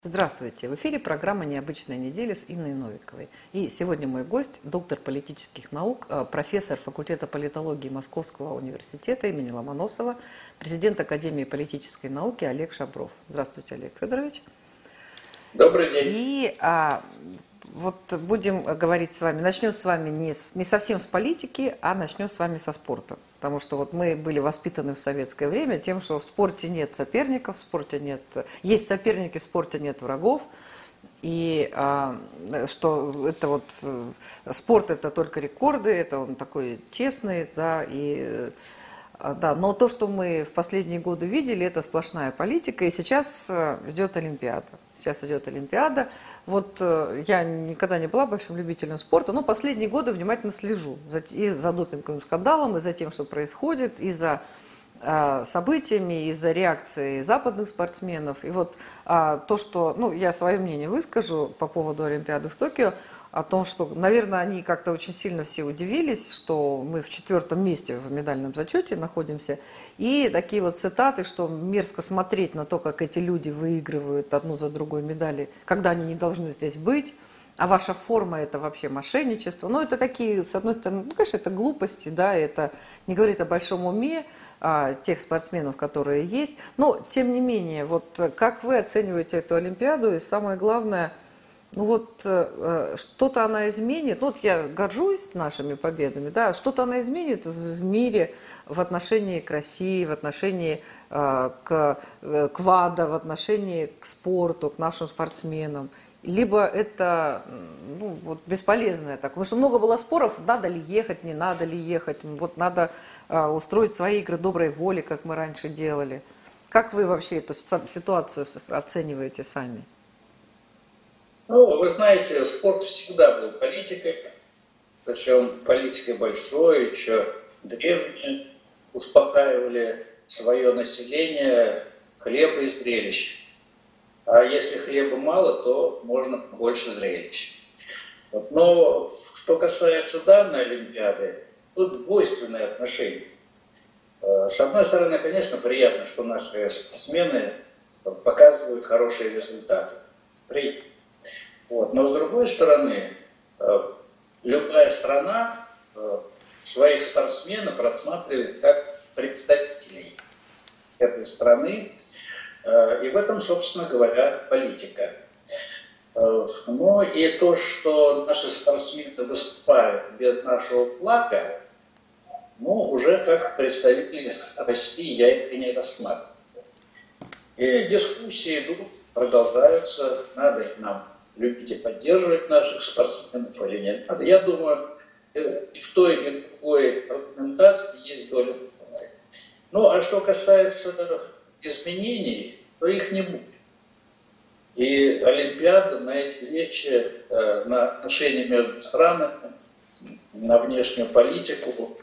Здравствуйте! В эфире программа «Необычная неделя» с Инной Новиковой. И сегодня мой гость – доктор политических наук, профессор факультета политологии Московского университета имени Ломоносова, президент Академии политической науки Олег Шабров. Здравствуйте, Олег Федорович. Добрый день. И вот будем говорить с вами, начнем с вами не совсем с политики, а начнем с вами со спорта. Потому что вот мы были воспитаны в советское время тем, что в спорте нет соперников, в спорте нет... Есть соперники, в спорте нет врагов. И что это вот... Спорт – это только рекорды, это он такой честный, да, и... Да, но то, что мы в последние годы видели, это сплошная политика, и сейчас идет Олимпиада. Сейчас идет Олимпиада. Вот я никогда не была большим любителем спорта, но последние годы внимательно слежу и за допинговым скандалом, и за тем, что происходит, и за событиями, из-за реакции западных спортсменов. И вот то, что, ну, я свое мнение выскажу по поводу Олимпиады в Токио, о том, что, наверное, они как-то очень сильно все удивились, что мы в 4-м месте в медальном зачете находимся. И такие вот цитаты, что мерзко смотреть на то, как эти люди выигрывают одну за другой медали, когда они не должны здесь быть. А ваша форма – это вообще мошенничество. Ну, это такие, с одной стороны, ну, конечно, это глупости, да, это не говорит о большом уме тех спортсменов, которые есть. Но, тем не менее, вот как вы оцениваете эту Олимпиаду? И самое главное, ну вот что-то она изменит. Ну, вот я горжусь нашими победами, да, что-то она изменит в мире в отношении к России, в отношении к ВАДА, в отношении к спорту, к нашим спортсменам. Либо это, ну, вот бесполезное такое. Потому что много было споров, надо ли ехать, не надо ли ехать. Вот надо устроить свои игры доброй воли, как мы раньше делали. Как вы вообще эту ситуацию оцениваете сами? Ну, вы знаете, спорт всегда был политикой, причем политикой большой, еще древние, успокаивали свое население хлеба и зрелищ. А если хлеба мало, то можно больше зрелищ. Но что касается данной Олимпиады, тут двойственное отношение. С одной стороны, конечно, приятно, что наши спортсмены показывают хорошие результаты. Приятно. Вот. Но с другой стороны, любая страна своих спортсменов рассматривает как представителей этой страны. И в этом, собственно говоря, политика. Но и то, что наши спортсмены выступают без нашего флага, ну, уже как представители России я это не рассматриваю. И дискуссии идут, продолжаются, надо ли нам любить и поддерживать наших спортсменов или нет. Я думаю, и в той, и в другой аргументации есть доля правды. Ну, а что касается изменений, то их не будет. И Олимпиада на эти вещи, на отношения между странами, на внешнюю политику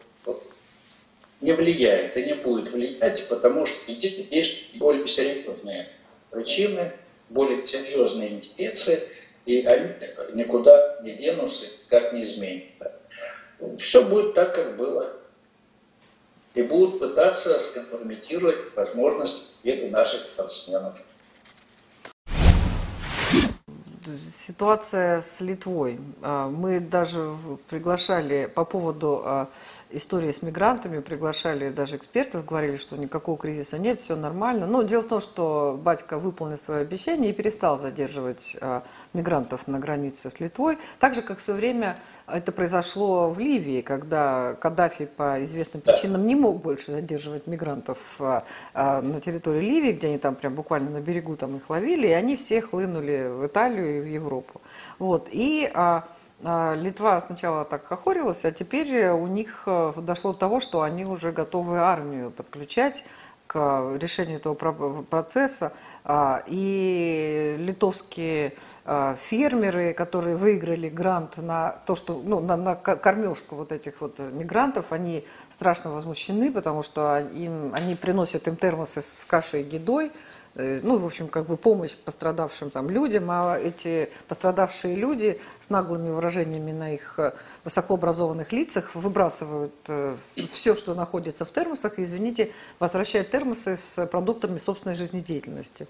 не влияет и не будет влиять, потому что здесь есть более серьезные причины, более серьезные инвестиции, и они никуда не денутся, как не изменится. Все будет так, как было. И будут пытаться скомпрометировать возможности наших спортсменов. Ситуация с Литвой. Мы даже приглашали по поводу истории с мигрантами, приглашали даже экспертов, говорили, что никакого кризиса нет, все нормально. Но дело в том, что батька выполнил свое обещание и перестал задерживать мигрантов на границе с Литвой. Так же, как в свое время это произошло в Ливии, когда Каддафи по известным причинам не мог больше задерживать мигрантов на территории Ливии, где они там прям буквально на берегу там их ловили, и они все хлынули в Италию, в Европу. Вот. И Литва сначала так хохорилась, а теперь у них дошло до того, что они уже готовы армию подключать к решению этого процесса. И литовские фермеры, которые выиграли грант на то, что, ну, на кормежку вот этих вот мигрантов, они страшно возмущены, потому что они приносят им термосы с кашей и едой, ну, в общем, как бы помощь пострадавшим там людям, а эти пострадавшие люди с наглыми выражениями на их высокообразованных лицах выбрасывают все, что находится в термосах, и, извините, возвращают термосы с продуктами собственной жизнедеятельности.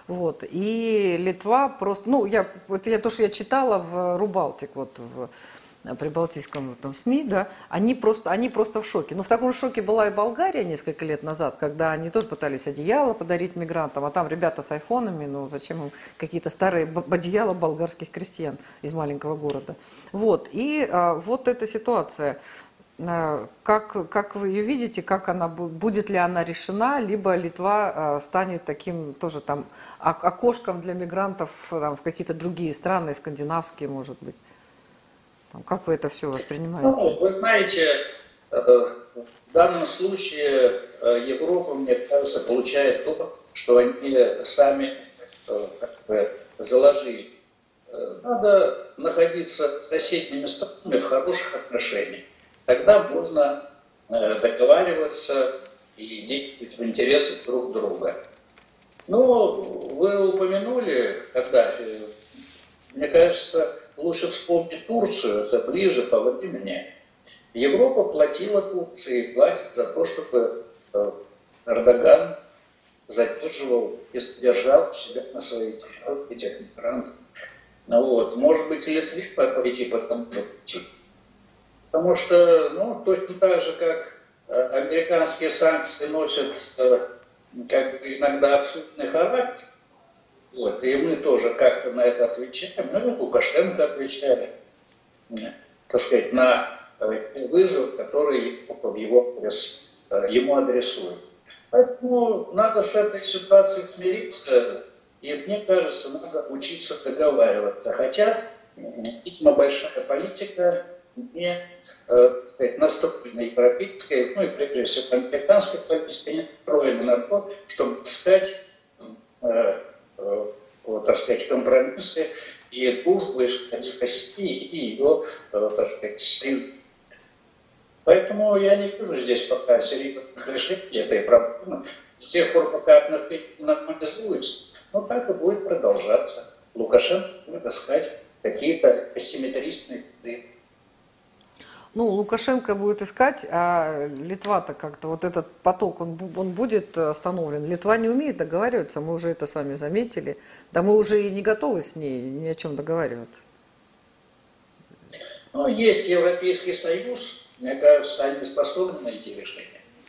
Вот. И Литва просто, ну, то, что я читала в Рубалтик, вот в прибалтийском там, СМИ, да, они просто в шоке. Ну, в таком шоке была и Болгария несколько лет назад, когда они тоже пытались одеяло подарить мигрантам, а там ребята с айфонами, ну, зачем им какие-то старые одеяла болгарских крестьян из маленького города. Вот, и вот эта ситуация. Как вы ее видите, как она будет ли она решена, либо Литва станет таким тоже там окошком для мигрантов там, в какие-то другие страны, скандинавские, может быть? Как вы это все воспринимаете? Ну, вы знаете, в данном случае Европа, мне кажется, получает то, что они сами как бы заложили. Надо находиться с соседними странами в хороших отношениях. Тогда можно договариваться и действовать в интересах друг друга. Ну, вы упомянули, Каддафи, мне кажется, лучше вспомнить Турцию, это ближе по времени. Европа платила Турции, платит за то, чтобы Эрдоган задерживал и содержал себя на своей территории этих мигрантов. Ну, вот. Может быть, и Литве пойти по тому же пути. Потому что, ну, точно так же, как американские санкции носят как бы иногда абсурдный характер, вот, и мы тоже как-то на это отвечаем, ну, Лукашенко отвечает, так сказать, на вызов, который ему адресует. Поэтому надо с этой ситуацией смириться, и мне кажется, надо учиться договариваться. Хотя, видимо, большая политика не сказать, настроена европейская, ну и прежде всего американская политика не настроена на то, чтобы искать, так сказать, компромиссы и дружбу искать с Россией и ее, так сказать, союз. Поэтому я не вижу здесь пока серьезных решений этой проблемы. С тех пор, пока отношения нормализуются, но так и будет продолжаться. Лукашенко будет искать какие-то асимметричные виды. Ну, Лукашенко будет искать, а Литва-то как-то, вот этот поток, он будет остановлен. Литва не умеет договариваться, мы уже это с вами заметили. Да мы уже и не готовы с ней ни о чем договариваться. Но есть Европейский Союз, мне кажется, они способны найти решение.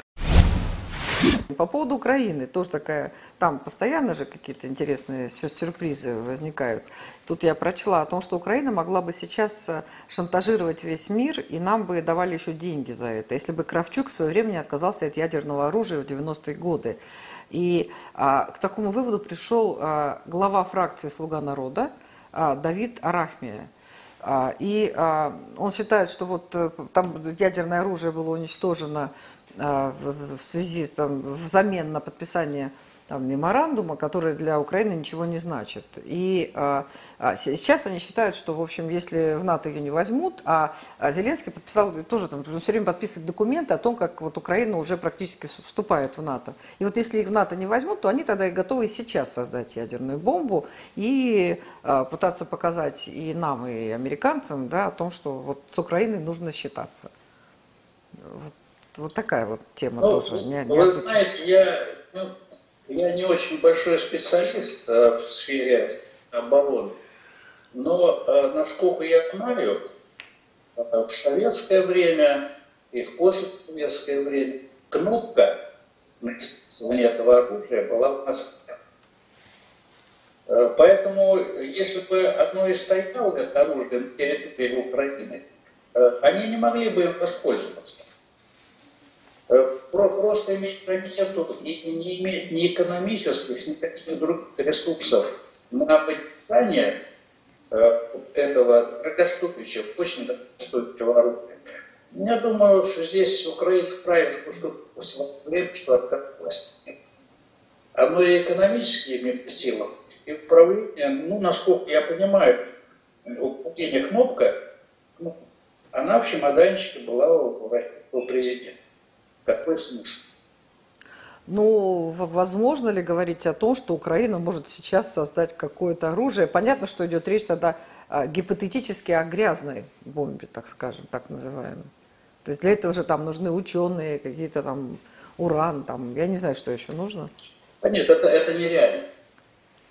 По поводу Украины, тоже такая, там постоянно же какие-то интересные сюрпризы возникают. Тут я прочла о том, что Украина могла бы сейчас шантажировать весь мир, и нам бы давали еще деньги за это, если бы Кравчук в свое время не отказался от ядерного оружия в 90-е годы. И к такому выводу пришел глава фракции «Слуга народа» Давид Арахмия. И он считает, что вот там ядерное оружие было уничтожено в связи там, взамен на подписание там, меморандума, который для Украины ничего не значит. И сейчас они считают, что, в общем, если в НАТО ее не возьмут, а Зеленский подписал тоже, там, все время подписывает документы о том, как вот Украина уже практически вступает в НАТО. И вот если их в НАТО не возьмут, то они тогда и готовы сейчас создать ядерную бомбу и пытаться показать и нам, и американцам, да, о том, что вот с Украиной нужно считаться. Вот такая вот тема тоже. Вы знаете, я не очень большой специалист в сфере обороны, но, насколько я знаю, в советское время и в послесоветское время кнопка на использование этого оружия была в Москве. Поэтому, если бы одно и стояло это оружие на территории Украины, они не могли бы им воспользоваться. Просто иметь ракету и не иметь ни экономических, ни каких других ресурсов на поддержание этого дорогостоящего, очень дорогостоящего оружия. Я думаю, что здесь Украина правильно поступила в свое время, что отказалась. Оно и экономически имеет силу, и управление, ну, насколько я понимаю, управление кнопка, она в чемоданчике была у президента. Какой смысл? Ну, возможно ли говорить о том, что Украина может сейчас создать какое-то оружие? Понятно, что идет речь тогда гипотетически о грязной бомбе, так скажем, так называемой. То есть для этого же там нужны ученые, какие-то там уран, там, я не знаю, что еще нужно. Да нет, это нереально.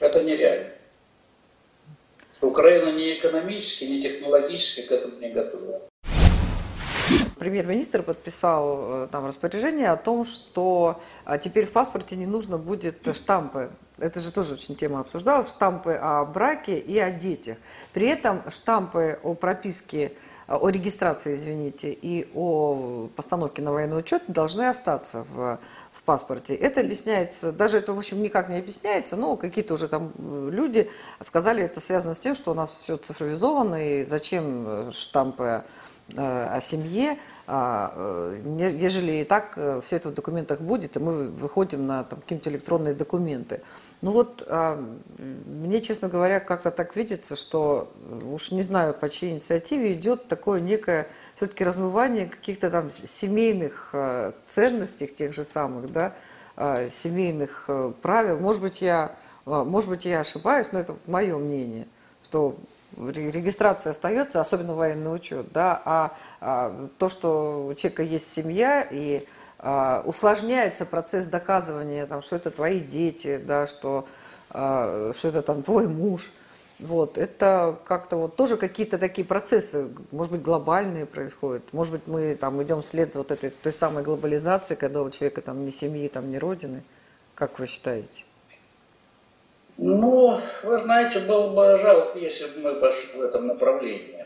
Это нереально. Украина ни экономически, ни технологически к этому не готова. Премьер-министр подписал там распоряжение о том, что теперь в паспорте не нужно будет штампы. Это же тоже очень тема обсуждалась. Штампы о браке и о детях. При этом штампы о прописке, о регистрации, извините, и о постановке на военный учет должны остаться в паспорте. Это объясняется, даже это, в общем, никак не объясняется, но какие-то уже там люди сказали, это связано с тем, что у нас все цифровизовано, и зачем штампы о семье, ежели и так все это в документах будет, и мы выходим на какие-то электронные документы. Ну вот, мне, честно говоря, как-то так видится, что, уж не знаю, по чьей инициативе идет такое некое все-таки размывание каких-то там семейных ценностей, тех же самых, да, семейных правил. Может быть, я ошибаюсь, но это мое мнение, что регистрация остается, особенно военный учет, да, то, что у человека есть семья, и усложняется процесс доказывания, там, что это твои дети, да, что это там твой муж. Вот, это как-то вот тоже какие-то такие процессы, может быть, глобальные происходят. Может быть, мы там идем вслед вот этой той самой глобализации, когда у человека там ни семьи, там ни родины. Как вы считаете? Ну, вы знаете, было бы жалко, если бы мы пошли в этом направлении.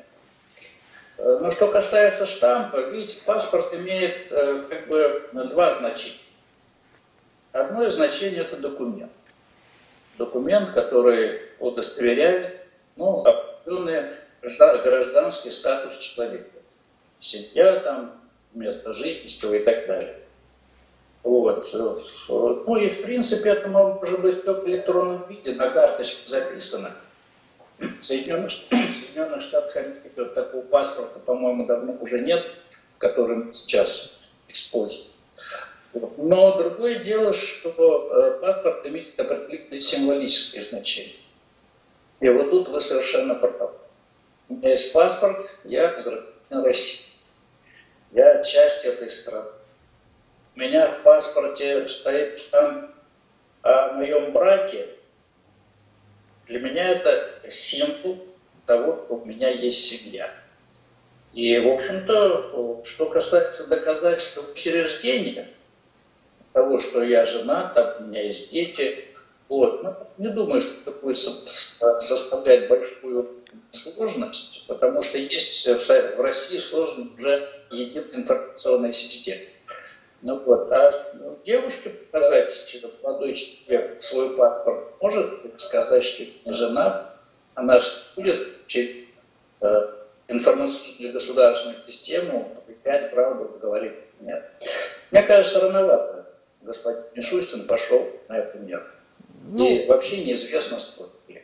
Но что касается штампа, видите, паспорт имеет как бы два значения. Одно из значений – это документ. Документ, который удостоверяет определенный гражданский статус человека. Семья, там, место жительства и так далее. Вот. Ну и в принципе это может быть только в электронном виде, на карточке записано. В Соединенных Штатах Америки такого паспорта, по-моему, давно уже нет, который мы сейчас используем. Но другое дело, что паспорт имеет определенное символическое значение. И вот тут вы совершенно правы. У меня есть паспорт, я гражданин России. Я часть этой страны. У меня в паспорте стоит штамп о моем браке. Для меня это символ того, что у меня есть семья. И, в общем-то, что касается доказательства учреждения, того, что я женат, там у меня есть дети, вот, не думаю, что это будет составлять большую сложность, потому что есть в России сложена уже единая информационная система. Ну вот, девушке показать, что молодой человек свой паспорт может сказать, что не жена, она будет через информационную государственную систему опять правду говорит нет. Мне кажется, рановато господин Мишустин пошел на эту меру. И вообще неизвестно, сколько лет.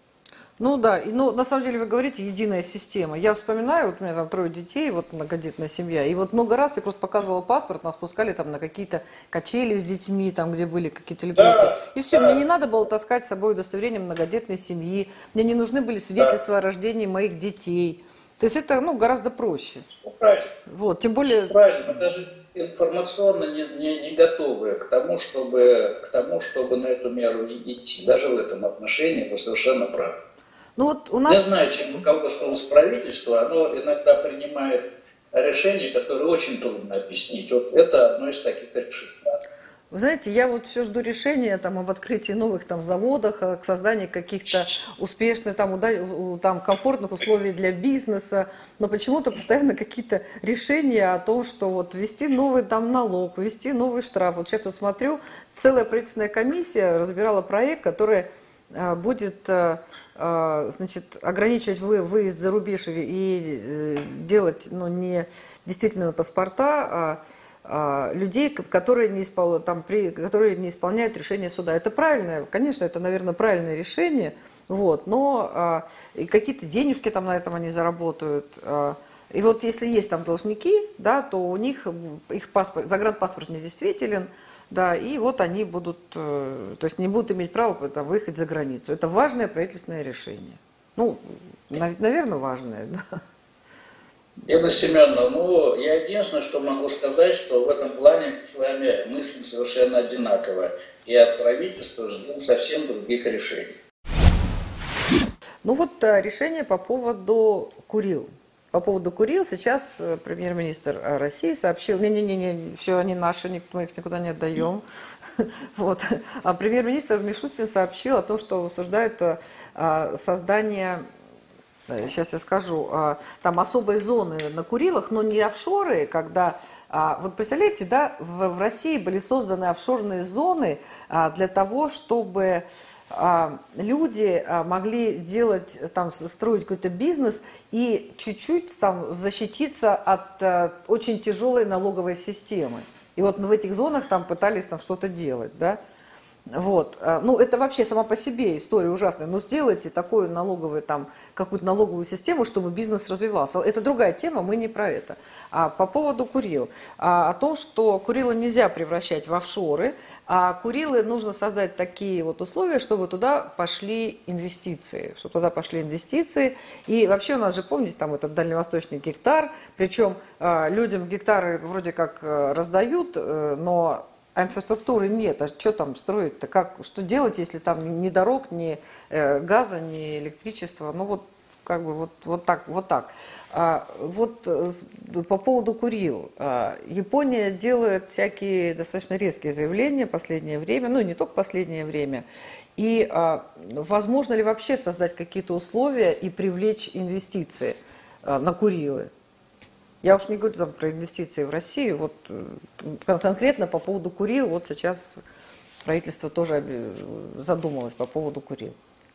Ну да, на самом деле вы говорите единая система. Я вспоминаю, вот у меня там 3 детей, вот многодетная семья, и вот много раз я просто показывала паспорт, нас пускали там на какие-то качели с детьми, там где были какие-то льготы. Да, и все, мне не надо было таскать с собой удостоверение многодетной семьи, мне не нужны были свидетельства о рождении моих детей. То есть это гораздо проще. Правильно. Вот, тем более... Правильно, мы даже информационно не готовы к тому, чтобы на эту меру идти. Даже в этом отношении вы совершенно правы. Ну, вот у нас... Я знаю, чем руководство правительства, оно иногда принимает решения, которые очень трудно объяснить. Вот это одно из таких решений. Вы знаете, я вот все жду решения там, об открытии новых там, заводов, к созданию каких-то успешных, там, комфортных условий для бизнеса, но почему-то постоянно какие-то решения о том, что вот ввести новый там, налог, ввести новый штраф. Вот сейчас вот смотрю, целая правительственная комиссия разбирала проект, который будет значит, ограничивать выезд за рубеж и делать не действительно паспорта, людей, которые не исполняют решение суда. Это правильное, конечно, это, наверное, правильное решение, вот, но и какие-то денежки там на этом они заработают. И вот если есть там должники, да, то у них их паспорт, загранпаспорт недействителен, да, и вот они будут, то есть не будут иметь права выехать за границу. Это важное правительственное решение. Ну, наверное, важное, да. Елена Семеновна, я единственное, что могу сказать, что в этом плане мы с вами мыслим совершенно одинаково. И от правительства ждем совсем других решений. Ну вот решение по поводу Курил. По поводу Курил сейчас премьер-министр России сообщил, не-не-не, все они наши, мы их никуда не отдаем. Вот. А премьер-министр Мишустин сообщил о том, что обсуждают создание, сейчас я скажу, там особые зоны на Курилах, но не офшоры, когда, вот представляете, да, в России были созданы офшорные зоны для того, чтобы люди могли делать, там, строить какой-то бизнес и чуть-чуть там защититься от очень тяжелой налоговой системы. И вот в этих зонах там пытались там что-то делать, да. Вот. Ну, это вообще сама по себе история ужасная. Но сделайте такую налоговую, там, какую-то налоговую систему, чтобы бизнес развивался. Это другая тема, мы не про это. А по поводу Курил. О том, что Курилы нельзя превращать в офшоры, а Курилы нужно создать такие вот условия, чтобы туда пошли инвестиции. Чтобы туда пошли инвестиции. И вообще у нас же, помните, там этот дальневосточный гектар. Причем людям гектары вроде как раздают, но... А инфраструктуры нет, а что там строить-то, что делать, если там ни дорог, ни газа, ни электричества, ну вот как бы вот так. По поводу Курил. Япония делает всякие достаточно резкие заявления в последнее время, ну не только в последнее время, и возможно ли вообще создать какие-то условия и привлечь инвестиции на Курилы? Я уж не говорю там про инвестиции в Россию, вот конкретно по поводу Курил, вот сейчас правительство тоже задумалось по поводу Курил.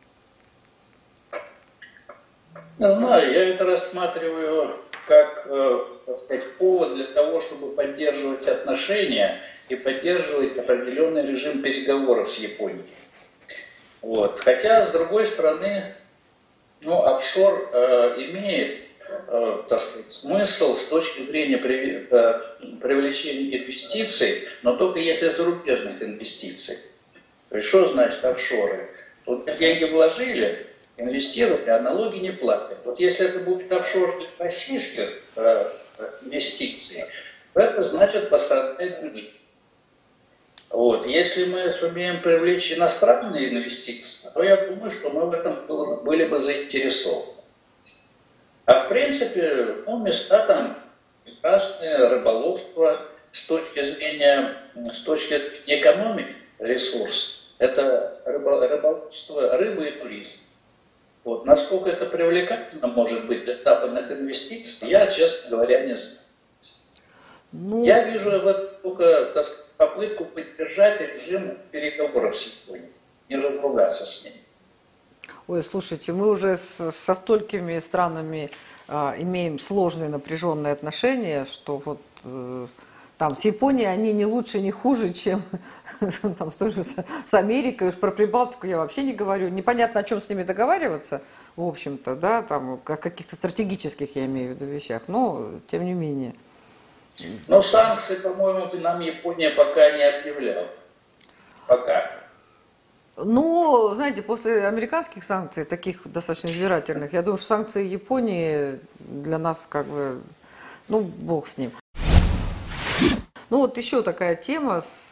Не знаю, я это рассматриваю как, так сказать, повод для того, чтобы поддерживать отношения и поддерживать определенный режим переговоров с Японией. Вот. Хотя, с другой стороны, ну, офшор имеет, так сказать, смысл с точки зрения привлечения инвестиций, но только если зарубежных инвестиций. То есть что значит офшоры? Тут деньги вложили, инвестировали, а налоги не платят. Вот если это будет офшор российских инвестиций, то это значит пострадает бюджет. Вот. Если мы сумеем привлечь иностранные инвестиции, то я думаю, что мы в этом были бы заинтересованы. А в принципе, ну, места там прекрасные, рыболовство с точки зрения экономики, ресурс, это рыболовство, рыбы и туризм. Вот. Насколько это привлекательно может быть для западных инвестиций, я, честно говоря, не знаю. Ну... Я вижу в этом только, так сказать, попытку поддержать режим переговоров с Японией, не разругаться с ними. Ой, слушайте, мы уже со столькими странами имеем сложные напряженные отношения, что вот там с Японией они не лучше, не хуже, чем там, с Америкой. Уж про Прибалтику я вообще не говорю. Непонятно, о чем с ними договариваться, в общем-то, да, там, о каких-то стратегических, я имею в виду, вещах, но тем не менее. Но санкции, по-моему, нам Япония пока не объявляла. Пока. Ну, знаете, после американских санкций, таких достаточно избирательных, я думаю, что санкции Японии для нас как бы, ну, бог с ним. Ну, вот еще такая тема с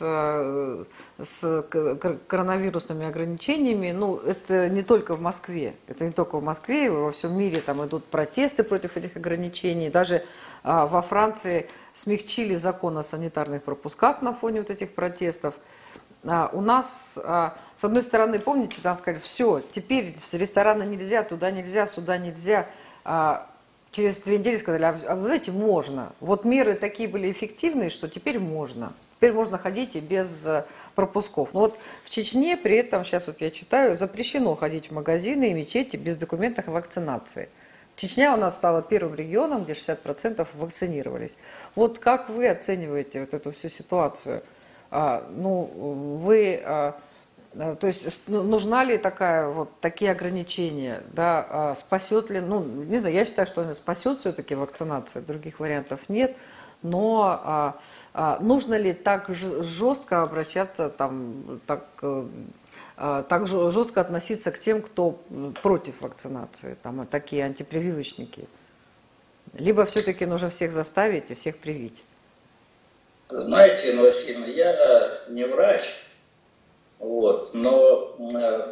коронавирусными ограничениями. Ну, это не только в Москве. Это не только в Москве, во всем мире там идут протесты против этих ограничений. Даже во Франции смягчили закон о санитарных пропусках на фоне вот этих протестов. У нас, с одной стороны, помните, там сказали, все, теперь в рестораны нельзя, туда нельзя, сюда нельзя. Через 2 недели сказали, а вы знаете, можно. Вот меры такие были эффективные, что теперь можно. Теперь можно ходить и без пропусков. Но вот в Чечне при этом, сейчас вот я читаю, запрещено ходить в магазины и мечети без документов вакцинации. Чечня у нас стала первым регионом, где 60% вакцинировались. Вот как вы оцениваете вот эту всю ситуацию? Ну, вы, то есть, нужна ли такие ограничения, да, спасет ли, ну, не знаю, я считаю, что она спасет все-таки вакцинация, других вариантов нет, но нужно ли так жестко обращаться, там, так жестко относиться к тем, кто против вакцинации, там, такие антипрививочники, либо все-таки нужно всех заставить и всех привить? Знаете, Инна Васильевна, я не врач, вот, но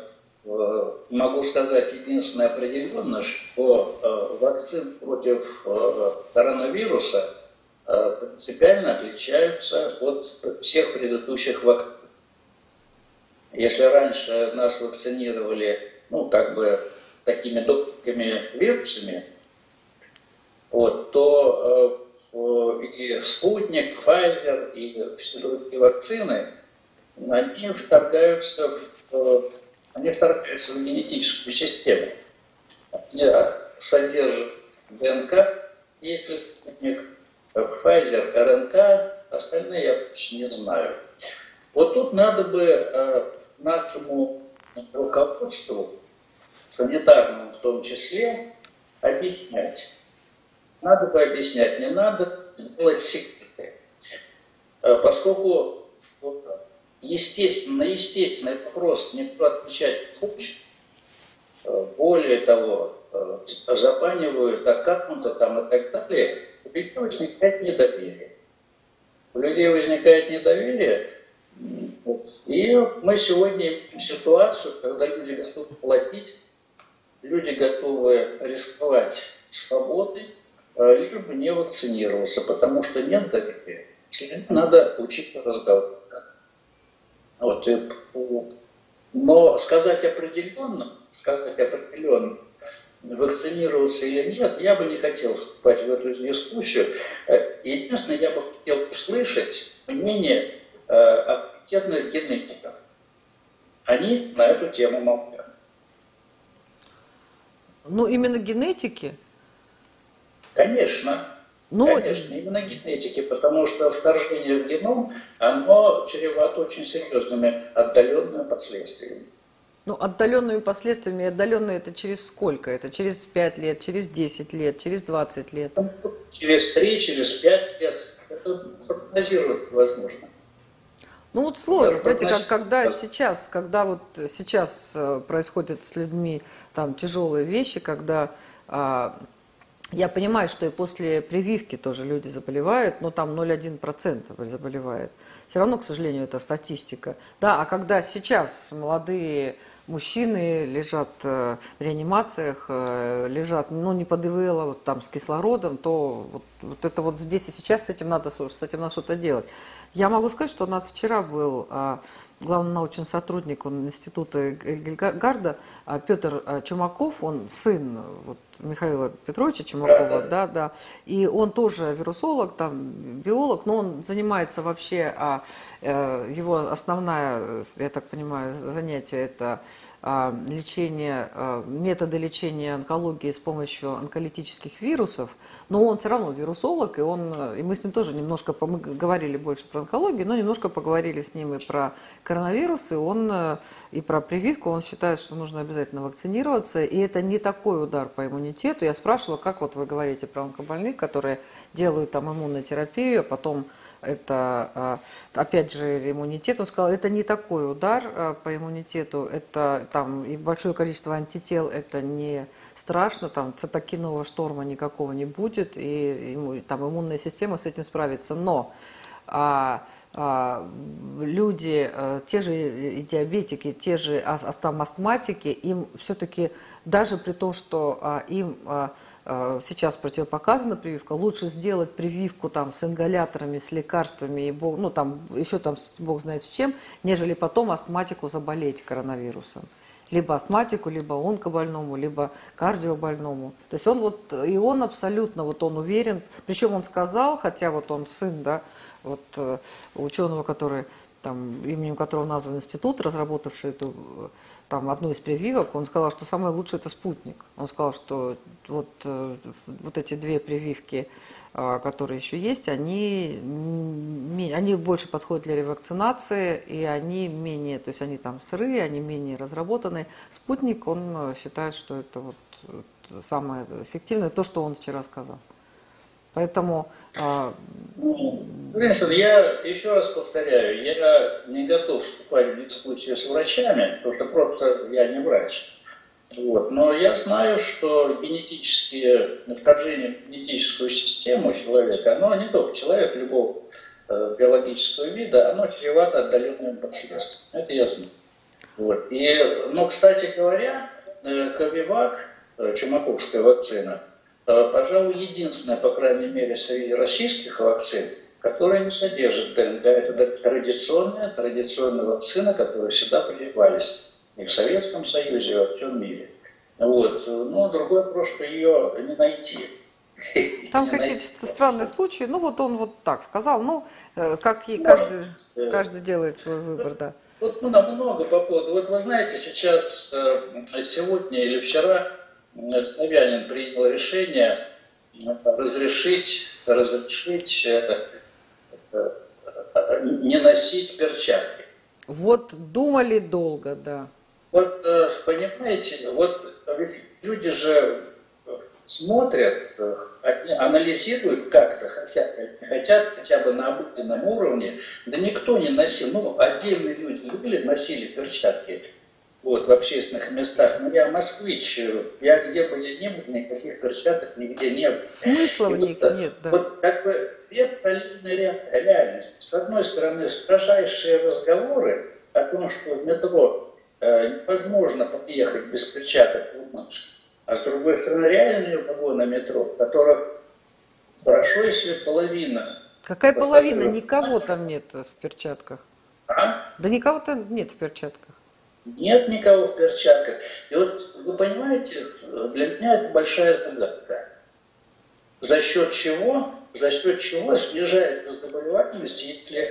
могу сказать единственное определенно, что вакцины против коронавируса принципиально отличаются от всех предыдущих вакцин. Если раньше нас вакцинировали, ну, как бы такими допусками вирусами, вот, то и Спутник, Pfizer и все другие вакцины, они вторгаются в генетическую систему. Они содержат ДНК, если Спутник, Pfizer, РНК, остальные я точно не знаю. Вот тут надо бы нашему руководству, санитарному в том числе, объяснять. Надо бы объяснять, не надо делать секреты. Поскольку естественно, на естественный вопрос никто отвечать не хочет, более того, запанивают, а как он-то там и так далее, у людей возникает недоверие. У людей возникает недоверие, и мы сегодня имеем ситуацию, когда люди готовы платить, люди готовы рисковать свободой, лишь бы не вакцинироваться, потому что нет доверия. Надо учиться разговаривать. Вот. Но сказать определенно, вакцинироваться или нет, я бы не хотел вступать в эту дискуссию. Единственное, я бы хотел услышать мнение авторитетных генетиков. Они на эту тему молчат. Ну, именно генетики? Конечно. Конечно, именно генетики, потому что вторжение в геном, оно чревато очень серьезными отдаленными последствиями. Ну, отдаленными последствиями, отдаленные это через сколько? Это через 5 лет, через 10 лет, через 20 лет? Через 3, через 5 лет. Это прогнозировать возможно. Ну вот сложно, понимаете, когда сейчас происходят с людьми там тяжелые вещи, когда я понимаю, что и после прививки тоже люди заболевают, но там 0,1% заболевает. Все равно, к сожалению, это статистика. Да, а когда сейчас молодые мужчины лежат в реанимациях, лежат, ну, не под ИВЛ, а вот там с кислородом, то вот это вот здесь и сейчас с этим надо что-то делать. Я могу сказать, что у нас вчера был главный научный сотрудник института Гильгарда Петр Чумаков, он сын Михаила Петровича Чумакова, да, и он тоже вирусолог, там, биолог, но он занимается вообще, его основное, я так понимаю, занятие это лечение, методы лечения онкологии с помощью онколитических вирусов, но он все равно вирусолог, и мы с ним тоже немножко, мы говорили больше про онкологию, но немножко поговорили с ним и про коронавирус, и про прививку, он считает, что нужно обязательно вакцинироваться, и это не такой удар по иммунитету. Я спрашивала, как вот вы говорите про онкобольных, которые делают там иммунотерапию, а потом это, опять же, иммунитет. Он сказал, это не такой удар по иммунитету, это там и большое количество антител, это не страшно, там цитокинового шторма никакого не будет, и там иммунная система с этим справится. Но люди, те же и диабетики, те же астматики, им все-таки, даже при том, что им сейчас противопоказана прививка, лучше сделать прививку там с ингаляторами, с лекарствами, и ну там еще там бог знает с чем, нежели потом астматику заболеть коронавирусом. Либо астматику, либо онкобольному, либо кардиобольному. То есть он абсолютно, он уверен, причем он сказал, хотя он сын, да, ученого, который, там, именем которого назван институт, разработавший одну из прививок, он сказал, что самое лучшее это спутник. Он сказал, что эти две прививки, которые еще есть, они больше подходят для ревакцинации, и они менее, то есть они там сырые, они менее разработанные. Спутник, он считает, что это самое эффективное, то, что он вчера сказал. Поэтому... Принцип, я еще раз повторяю, я не готов вступать в дискуссию с врачами, потому что просто я не врач. Но я знаю, что вторжение в генетическую систему человека, оно не только человек, любого биологического вида, оно чревато отдаленными последствиями. Это я знаю. Вот. Ну, кстати говоря, Ковивак, чумаковская вакцина, пожалуй, единственная, по крайней мере, среди российских вакцин, которая не содержит ДНК. Это традиционная вакцина, которые всегда прививались и в Советском Союзе, и во всем мире. Вот. Но другой вопрос, что ее не найти. Там какие-то странные случаи. Ну, вот он вот так сказал. Ну, как и каждый делает свой выбор, да. Вот много по поводу. Вот вы знаете, сейчас, сегодня или вчера Собянин принял решение разрешить не носить перчатки. Вот думали долго, да. Вот понимаете, вот ведь люди же смотрят, анализируют как-то, хотят хотя бы на обыденном уровне, да никто не носил, ну, отдельные люди носили перчатки вот, в общественных местах, но я москвич, я где бы я ни был, никаких перчаток нигде не было. Смысла в них нет, да. Вот как бы две параллельные реальности. С одной стороны, строжайшие разговоры о том, что в метро невозможно подъехать без перчаток, а с другой стороны, реальные вагоны метро, в которых хорошо, если половина. Какая половина? Никого там нет в перчатках. А? Да никого там нет в перчатках. Нет никого в перчатках. И вот вы понимаете, для меня это большая загадка. За счет чего снижается заболеваемость,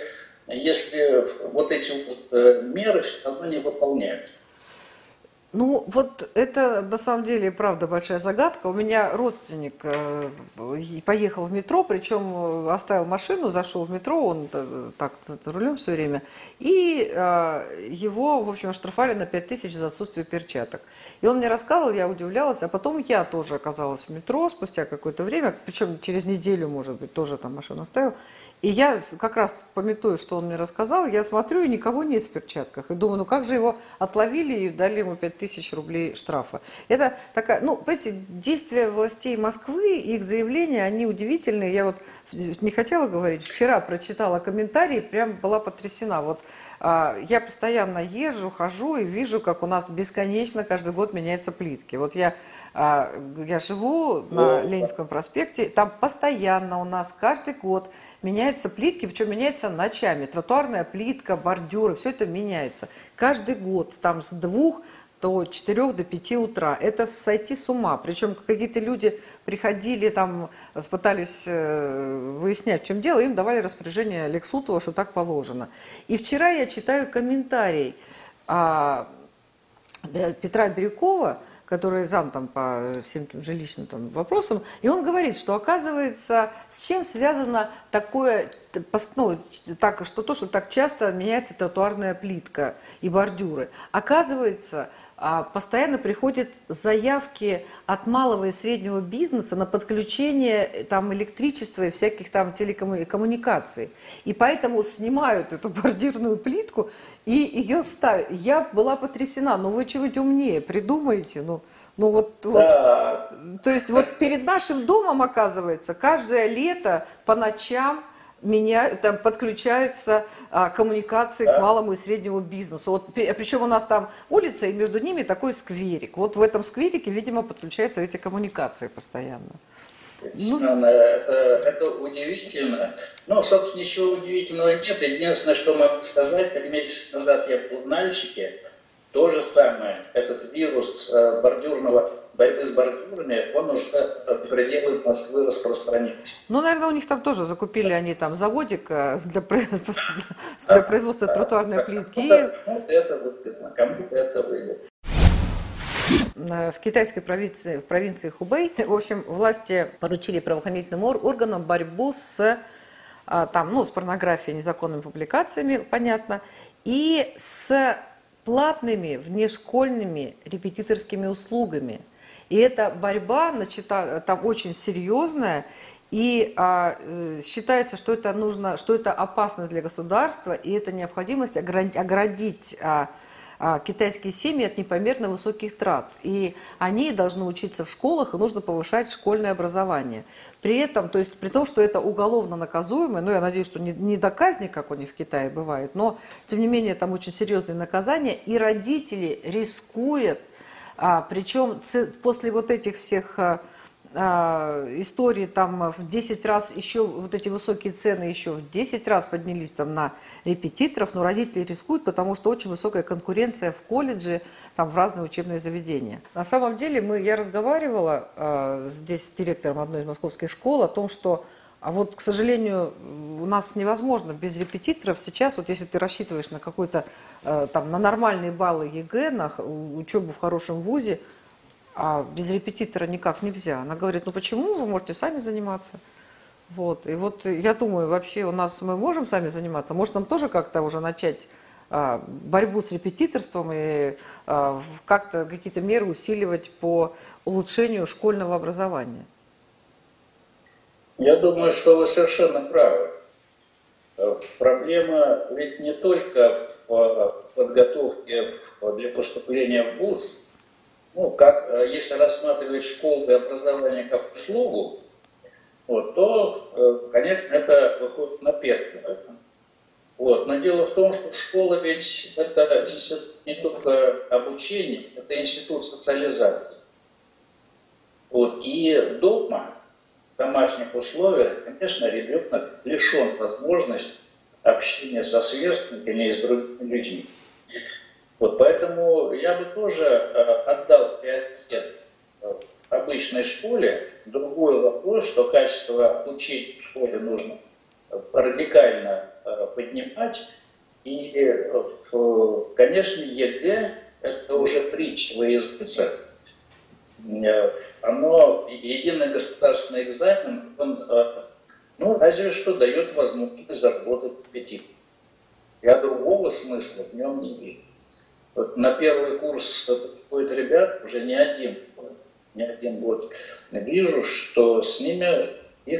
если вот эти вот меры все равно не выполняют? Ну, вот это на самом деле, правда, большая загадка. У меня родственник поехал в метро, причем оставил машину, зашел в метро, он так за рулем все время, и его, в общем, оштрафовали на 5000 за отсутствие перчаток. И он мне рассказывал, я удивлялась, а потом я тоже оказалась в метро спустя какое-то время, причем через неделю, может быть, тоже там машину оставил. И я как раз памятую, что он мне рассказал, я смотрю, и никого нет в перчатках. И думаю, ну как же его отловили и дали ему 5000 рублей штрафа. Это такая, ну, понимаете, действия властей Москвы, их заявления, они удивительные. Я вот не хотела говорить, вчера прочитала комментарии, прям была потрясена. Вот я постоянно езжу, хожу и вижу, как у нас бесконечно каждый год меняются плитки. Вот я живу на Ленинском проспекте, там постоянно у нас каждый год меняются плитки, причем меняются ночами. Тротуарная плитка, бордюры, все это меняется. Каждый год, там с 2 до 4 до 5 утра. Это сойти с ума. Причем какие-то люди приходили, там, пытались выяснять, в чем дело, им давали распоряжение Лексутова, что так положено. И вчера я читаю комментарий Петра Бирюкова, который зам там по всем жилищным там вопросам, и он говорит, что оказывается, с чем связано такое, ну, что так часто меняется тротуарная плитка и бордюры. Оказывается, постоянно приходят заявки от малого и среднего бизнеса на подключение там электричества и всяких там телекоммуникаций. И поэтому снимают эту бордюрную плитку и ее ставят. Я была потрясена. Ну вы чего-нибудь умнее придумаете. Вот. То есть вот перед нашим домом, оказывается, каждое лето по ночам там подключаются коммуникации к малому и среднему бизнесу. Вот, причем у нас там улица, и между ними такой скверик. Вот в этом скверике, видимо, подключаются эти коммуникации постоянно. Это удивительно. Но, собственно, ничего удивительного нет. Единственное, что могу сказать, 3 месяца назад я был в Нальчике. То же самое. Этот вирус борьбы с бордюрами, он уже за пределы Москвы распространился. Ну, наверное, у них там тоже закупили они там заводик для производства тротуарной плитки. Кому-то это выгодно, кому-то это выгодно. В китайской провинции Хубэй, в общем, власти поручили правоохранительным органам борьбу с порнографией, незаконными публикациями, понятно, и с платными внешкольными репетиторскими услугами. И эта борьба там очень серьезная, и считается, что это опасность для государства, и это необходимость оградить китайские семьи от непомерно высоких трат. И они должны учиться в школах, и нужно повышать школьное образование. При этом, то есть при том, что это уголовно наказуемо, ну, я надеюсь, что не до казни, как у них в Китае бывает, но, тем не менее, там очень серьезные наказания, и родители рискуют, причем после вот этих всех истории там в 10 раз еще, вот эти высокие цены еще в 10 раз поднялись там на репетиторов, но родители рискуют, потому что очень высокая конкуренция в колледже, там в разные учебные заведения. На самом деле я разговаривала здесь с директором одной из московских школ о том, что вот, к сожалению, у нас невозможно без репетиторов сейчас, вот если ты рассчитываешь на какой-то, там, на нормальные баллы ЕГЭ, на учебу в хорошем вузе, а без репетитора никак нельзя. Она говорит, ну почему, вы можете сами заниматься. Вот. И вот я думаю, вообще мы можем сами заниматься, может нам тоже как-то уже начать борьбу с репетиторством и как-то какие-то меры усиливать по улучшению школьного образования. Я думаю, что вы совершенно правы. Проблема ведь не только в подготовке для поступления в вуз. Ну, если рассматривать школу и образование как услугу, вот, то, конечно, это выходит на первое. Вот. Но дело в том, что школа ведь это институт не только обучения, это институт социализации. Вот. И дома, в домашних условиях, конечно, ребенок лишен возможности общения со сверстниками и с другими людьми. Вот, поэтому я бы тоже отдал приоритет обычной школе. Другой вопрос, что качество обучения в школе нужно радикально поднимать. И, конечно, ЕГЭ – это уже притча во языцах. Единый государственный экзамен, он, разве что дает возможность заработать репетитор. Я другого смысла в нем не вижу. Вот на первый курс приходят ребят уже не один год. Вижу, что с ними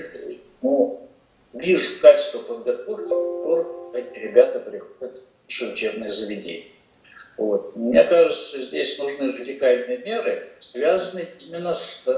вижу качество подготовки, которым эти ребята приходят в учебное заведение. Вот. Мне кажется, здесь нужны радикальные меры, связанные именно с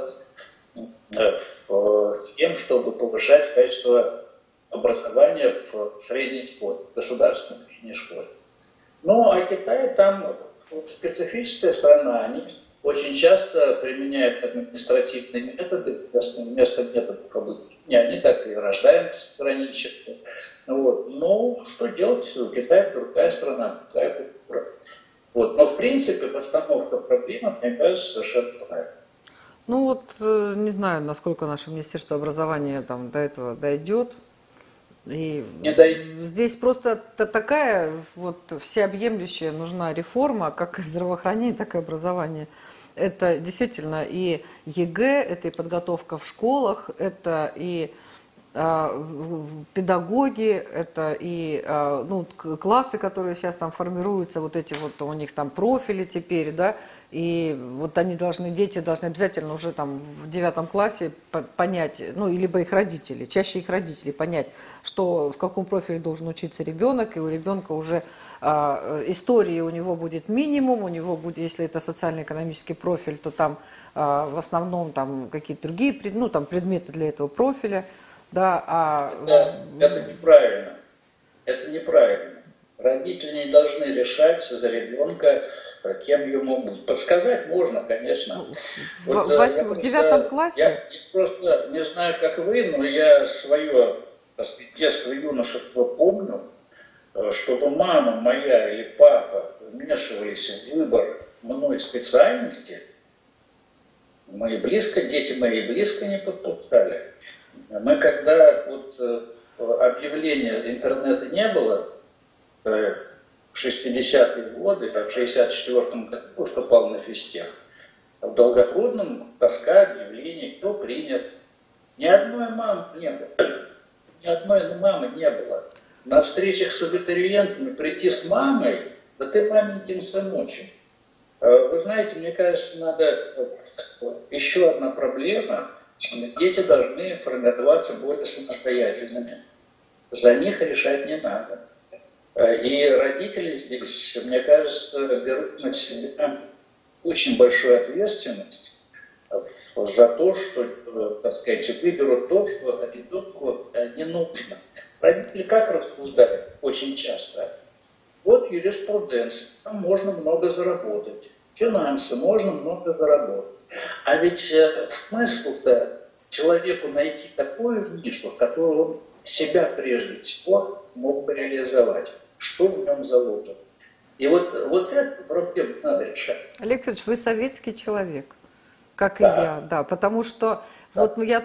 тем, чтобы повышать качество образования в средней школе, в государственной средней школе. Ну, а Китай там специфическая страна, они очень часто применяют административные методы вместо методов обучения, они так и рождаемость ограничивают. Вот. Ну, что делать? Китай другая страна, другая культура. Вот. Но в принципе постановка проблемы, мне кажется, совершенно правильно. Ну вот, не знаю, насколько наше Министерство образования там до этого дойдет. И здесь просто такая вот всеобъемлющая нужна реформа, как и здравоохранение, так и образование. Это действительно и ЕГЭ, это и подготовка в школах, это и педагоги, это и классы, которые сейчас там формируются, вот эти вот у них там профили теперь, да, и вот дети должны обязательно уже там в 9 классе понять, ну, либо их родители, чаще их родители понять, что в каком профиле должен учиться ребенок, и у ребенка уже истории у него будет минимум, у него будет, если это социально-экономический профиль, то там в основном там какие-то другие предметы для этого профиля. Да, это неправильно. Это неправильно. Родители не должны решать за ребенка, кем ему быть. Подсказать можно, конечно. В 9 классе? Я просто не знаю, как вы, но я свое детство, юношество помню, чтобы мама моя или папа вмешивались в выбор мной специальности, дети мои близко не подпускали. Мы когда объявления интернета не было, в 60-е годы, в 64-м году поступал на физтех, в Долгопрудном доска объявлений, кто принят. Ни одной мамы не было. Ни одной мамы не было. На встречах с абитуриентами прийти с мамой, да ты маменькин сыночек. Вы знаете, мне кажется, надо еще одна проблема. Дети должны формироваться более самостоятельными. За них решать не надо. И родители здесь, мне кажется, берут на себя очень большую ответственность за то, что, так сказать, выберут то, что ребенку не нужно. Родители как рассуждают очень часто? Вот юриспруденция, там можно много заработать. Финансы, можно много заработать. А ведь смысл-то человеку найти такую нишу, в которую он себя прежде всего мог бы реализовать. Что в нем заложено. И вот эту проблему надо решать. Олег Федорович, вы советский человек, как и я, да, потому что вот я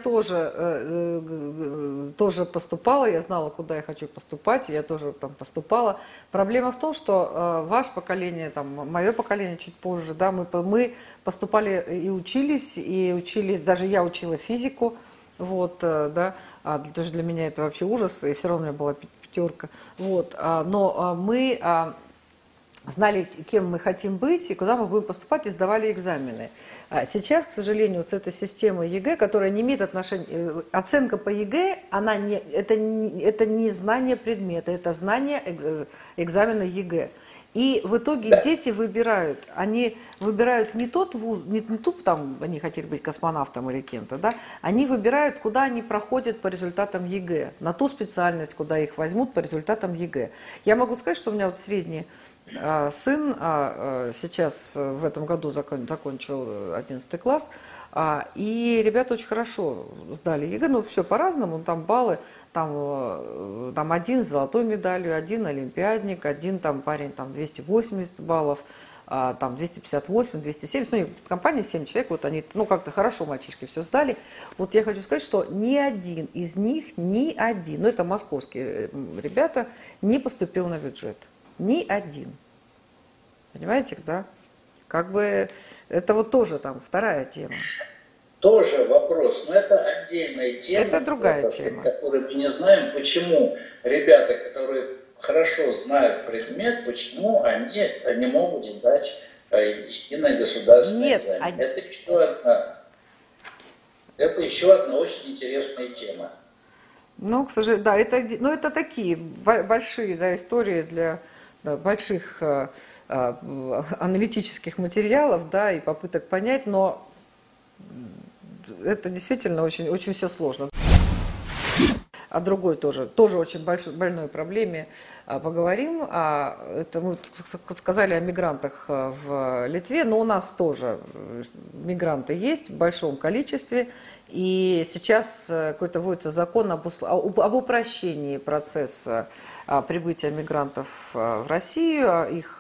тоже поступала, я знала, куда я хочу поступать, я тоже там поступала. Проблема в том, что ваше поколение, там, мое поколение чуть позже, да, мы поступали и учили, даже я учила физику, вот, да, даже для меня это вообще ужас, и все равно у меня была пятерка, вот, но мы знали, кем мы хотим быть и куда мы будем поступать, и сдавали экзамены. А сейчас, к сожалению, вот с этой системой ЕГЭ, которая не имеет отношения... Оценка по ЕГЭ, это не знание предмета, это знание экзамена ЕГЭ. И в итоге дети выбирают, они выбирают не тот вуз, не ту, там они хотели быть космонавтом или кем-то, да, они выбирают, куда они проходят по результатам ЕГЭ, на ту специальность, куда их возьмут по результатам ЕГЭ. Я могу сказать, что у меня вот средний сын сейчас в этом году закончил 11 класс, и ребята очень хорошо сдали ЕГЭ, ну все по-разному, там баллы, там один с золотой медалью, один олимпиадник, один там парень там 280 баллов, там 258, 270, ну, в компании 7 человек, вот они, ну, как-то хорошо мальчишки все сдали. Вот я хочу сказать, что ни один из них, ну, это московские ребята, не поступил на бюджет. Ни один. Понимаете, да? Как бы это вот тоже там вторая тема. Тоже вопрос, но это отдельная тема. Это другая тема. Которую мы не знаем, почему ребята, которые хорошо знают предмет, почему они не могут сдать единое государственное экзамен. Это еще одна очень интересная тема. Ну, к сожалению, да, это такие большие, да, истории для больших аналитических материалов, да, и попыток понять, но это действительно очень, очень все сложно. О другой тоже очень больной проблеме поговорим. Это мы сказали о мигрантах в Литве, но у нас тоже мигранты есть в большом количестве. И сейчас какой-то вводится закон об упрощении процесса прибытия мигрантов в Россию, их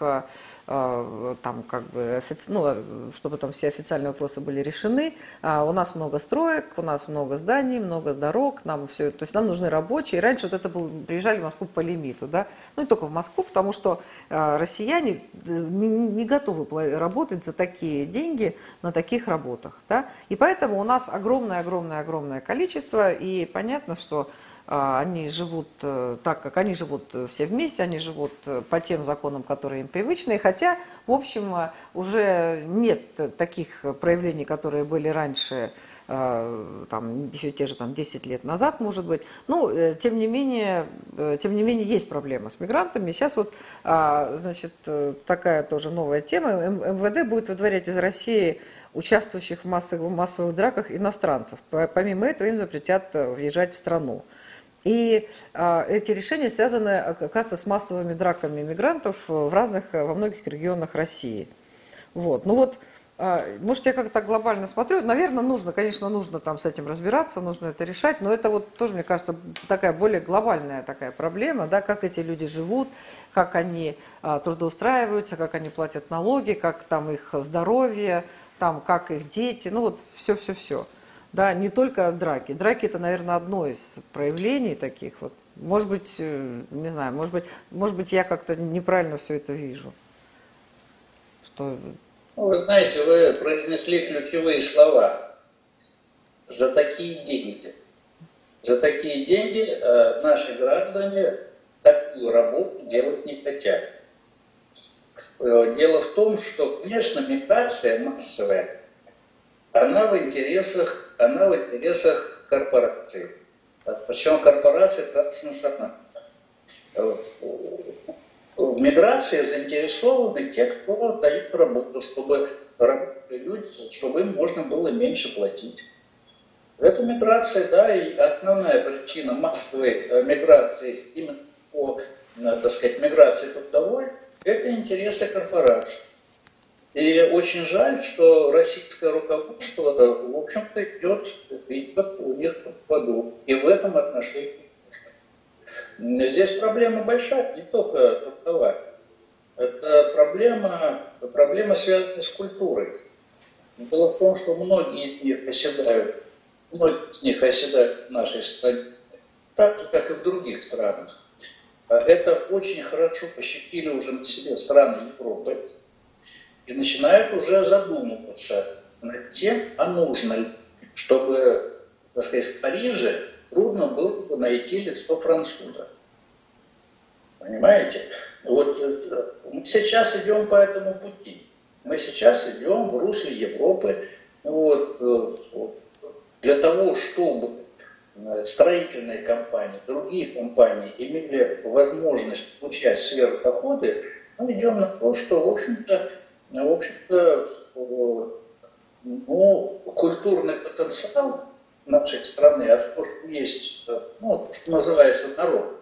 там как бы, чтобы там все официальные вопросы были решены. У нас много строек, у нас много зданий, много дорог, нам все, то есть нам нужны рабочие. Раньше вот это приезжали в Москву по лимиту, да, ну не только в Москву, потому что россияне не готовы работать за такие деньги на таких работах, да, и поэтому у нас огромное количество, и понятно, что они живут так, как они живут все вместе, они живут по тем законам, которые им привычны, хотя, в общем, уже нет таких проявлений, которые были раньше, там, еще те же там, 10 лет назад, может быть. Ну, тем не менее, есть проблема с мигрантами. Сейчас вот, значит, такая тоже новая тема. МВД будет выдворять из России участвующих в массовых драках иностранцев. Помимо этого, им запретят въезжать в страну. И эти решения связаны, оказывается, с массовыми драками мигрантов во многих регионах России. Вот. Ну вот, может, я как-то глобально смотрю. Наверное, конечно, нужно там с этим разбираться, нужно это решать, но это вот тоже, мне кажется, такая более глобальная такая проблема, да, как эти люди живут, как они трудоустраиваются, как они платят налоги, как там их здоровье, там, как их дети, ну вот все. Да, не только драки. Драки – это, наверное, одно из проявлений таких. Вот. Может быть, не знаю, может быть, я как-то неправильно все это вижу. Что... Ну, вы знаете, вы произнесли ключевые слова. За такие деньги. За такие деньги наши граждане такую работу делать не хотят. Дело в том, что, конечно, миграция массовая, она в интересах корпораций. Причем корпорации транснациональных. в миграции заинтересованы те, кто дает работу, чтобы работали люди, чтобы им можно было меньше платить. Это миграция, да, и основная причина массовой миграции именно по, так сказать, миграции трудовой, это интересы корпораций. И очень жаль, что российское руководство, в общем-то, идет у них в поводу. И в этом отношении. Здесь проблема большая, не только трудовая. Это проблема, связанная с культурой. Дело в том, что многие из них оседают в нашей стране, так же, как и в других странах. Это очень хорошо пощадили уже на себе страны Европы и начинают уже задумываться над тем, а нужно ли, чтобы, так сказать, в Париже трудно было бы найти лицо француза. Понимаете? Вот мы сейчас идем по этому пути. Мы сейчас идем в русле Европы. Для того, чтобы строительные компании, другие компании имели возможность получать сверхдоходы, мы идем на то, что, в общем-то, культурный потенциал нашей страны, от того, что есть, что называется, народ.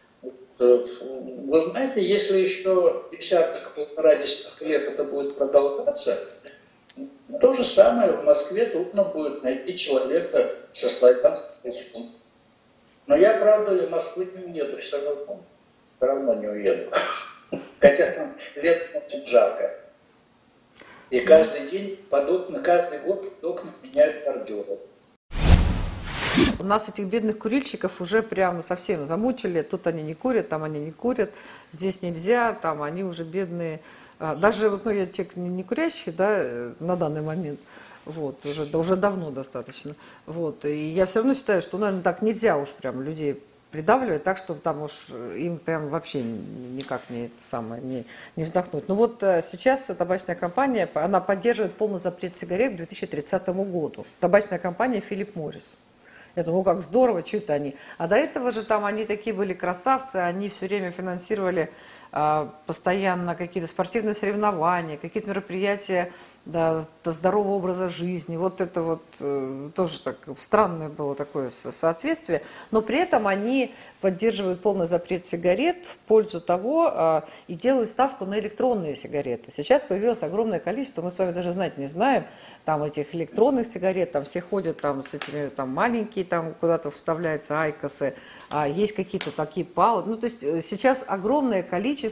Вы знаете, если еще полтора десятка лет это будет продолжаться, то же самое в Москве трудно будет найти человека со славянским лицом. Но я, правда, из Москвы не уеду, все равно не уеду. Хотя там летом очень жарко. И каждый год под окна меняют бордюры. У нас этих бедных курильщиков уже прямо совсем замучили. Тут они не курят, там они не курят, здесь нельзя, там они уже бедные. Даже я человек не курящий, да, на данный момент, уже давно достаточно. И я все равно считаю, что, наверное, так нельзя уж прям людей придавливать, так, чтобы там уж им прям вообще никак не вздохнуть. Сейчас табачная компания, она поддерживает полный запрет сигарет к 2030 году. Табачная компания Philip Morris. Я думаю, как здорово, что это они. А до этого же там они такие были красавцы, они все время финансировали постоянно какие-то спортивные соревнования, какие-то мероприятия здорового образа жизни. Это тоже так странное было такое соответствие. Но при этом они поддерживают полный запрет сигарет в пользу того и делают ставку на электронные сигареты. Сейчас появилось огромное количество, мы с вами даже знать не знаем, там этих электронных сигарет, там все ходят там с этими там маленькие, там куда-то вставляются айкосы, есть какие-то такие палы. То есть сейчас огромное количество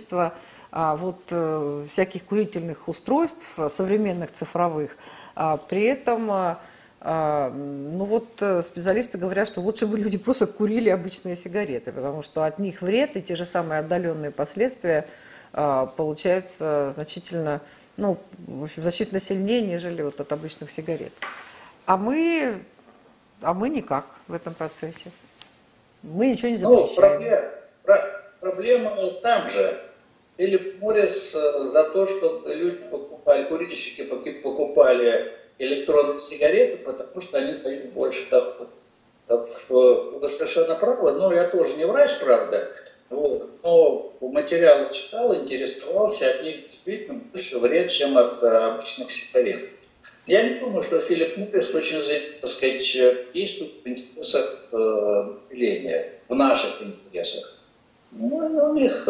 всяких курительных устройств современных цифровых. При этом специалисты говорят, что лучше бы люди просто курили обычные сигареты, потому что от них вред и те же самые отдаленные последствия получаются значительно сильнее, нежели от обычных сигарет. А мы никак в этом процессе. Мы ничего не запрещаем. Проблема там же. Philip Morris за то, чтобы курильщики покупали электронные сигареты, потому что они дают больше дохода. Вы совершенно правы, но я тоже не врач, правда, но материалы читал, интересовался, от них действительно больше вред, чем от обычных сигарет. Я не думаю, что Philip Morris очень, так сказать, действует в интересах населения, в наших интересах. У них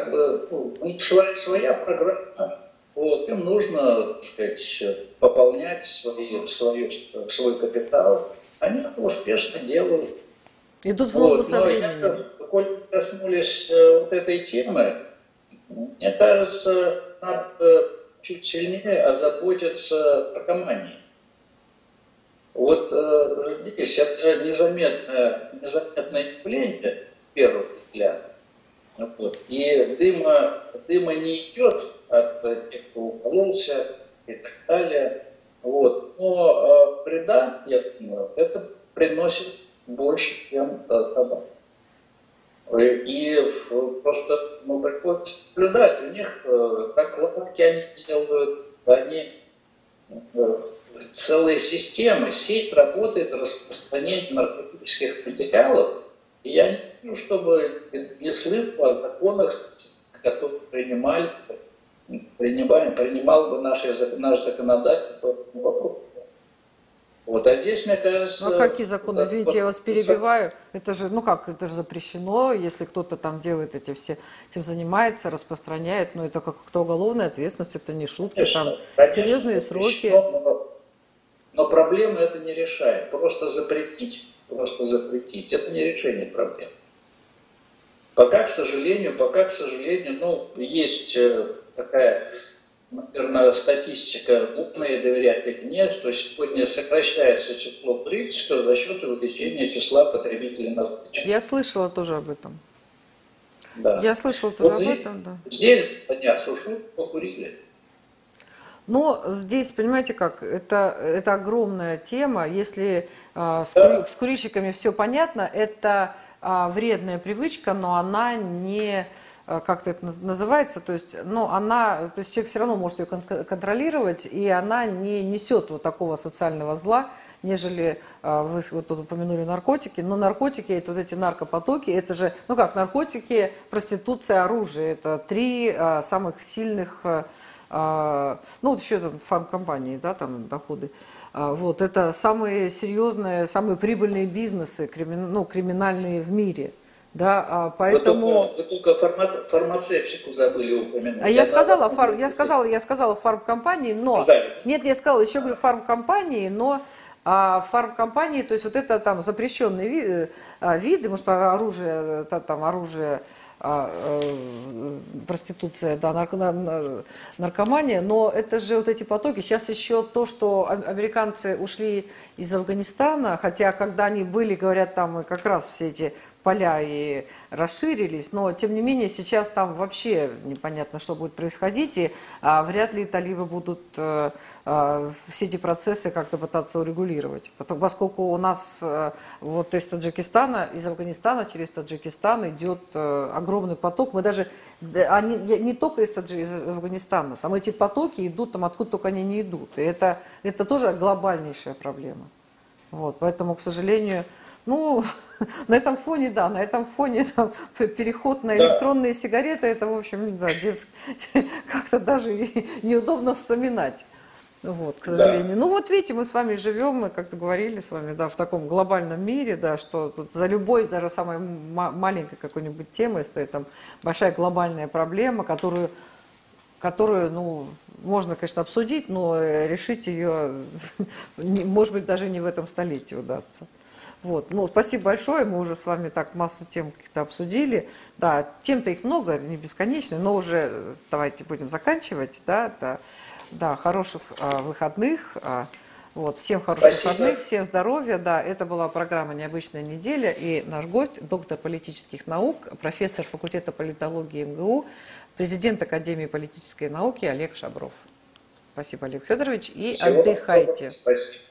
своя программа. Им нужно, так сказать, пополнять свой капитал. Они это успешно делают. Идут в ногу со временем. Коль коснулись этой темы, мне кажется, надо чуть сильнее озаботиться наркоманией. Здесь это незаметное явление, первый взгляд. И дыма не идет от тех, кто укололся и так далее. Но вреда, я думаю, это приносит больше, чем табак. И просто приходится наблюдать. У них накладки они делают, они целые системы, сеть работает распространение наркотических материалов. И я не вижу, чтобы не слышал о законах который принимал бы наш законодатель по этому вопросу. Вот, а здесь, мне кажется... Ну, а какие законы? Извините, я вас перебиваю. Это же, ну как, это же запрещено, если кто-то там делает этим занимается, распространяет, но это как-то уголовная ответственность, это не шутка, Конечно, там серьезные сроки. Но проблемы это не решает. Просто запретить, это не решение проблем. Пока, к сожалению, ну, есть такая, наверное, статистика, умные доверять или нет, что сегодня сокращается число курильщиков за счет увеличения числа потребителей наркотиков. Я слышала тоже об этом. Да. Я слышала тоже Вот об здесь, этом, да. Здесь, кстати, сушу покурили. Но здесь, понимаете как, это огромная тема. Если с курильщиками все понятно, это вредная привычка, но она не, как-то это называется, то есть, ну, то есть человек все равно может ее контролировать, и она не несет вот такого социального зла, нежели вы вот тут упомянули наркотики. Но наркотики, это вот эти наркопотоки, это же, ну как, наркотики, проституция, оружие, это три самых сильных... ну, вот еще там фармкомпании, да, там доходы. Вот, это самые серьезные, самые прибыльные бизнесы, криминальные в мире. Да, поэтому... Вы только фармацевтику забыли упомянуть. Я сказала фармкомпании, но... Нет, я сказала, еще говорю фармкомпании, но... фармкомпании, то есть вот это там запрещенные виды, может, оружие, проституция, да, наркомания, но это же вот эти потоки. Сейчас еще то, что американцы ушли из Афганистана, хотя когда они были, говорят, там как раз все эти поля и расширились, но тем не менее сейчас там вообще непонятно, что будет происходить, и вряд ли талибы будут все эти процессы как-то пытаться урегулировать. Поскольку у нас вот из Таджикистана, из Афганистана через Таджикистан идет огромный поток. Мы даже, не только из Афганистана, там эти потоки идут, там откуда только они не идут. И это тоже глобальнейшая проблема. Вот, поэтому, к сожалению, ну, на этом фоне там, переход на электронные сигареты, это, в общем, да, как-то даже неудобно вспоминать. Вот, к сожалению. Да. Ну вот видите, мы с вами живем, мы как-то говорили с вами, да, в таком глобальном мире, да, что тут за любой, даже самой маленькой какой-нибудь темой стоит там большая глобальная проблема, которую, ну, можно, конечно, обсудить, но решить ее, может быть, даже не в этом столетии удастся. Вот. Ну, спасибо большое, мы уже с вами так массу тем каких-то обсудили. Да, тем-то их много, не бесконечно, но уже давайте будем заканчивать, да, хороших выходных. Вот, всем хороших выходных, всем здоровья. Да, это была программа «Необычная неделя». И наш гость, доктор политических наук, профессор факультета политологии МГУ, президент Академии политической науки Олег Шабров. Спасибо, Олег Федорович, и отдыхайте. Спасибо.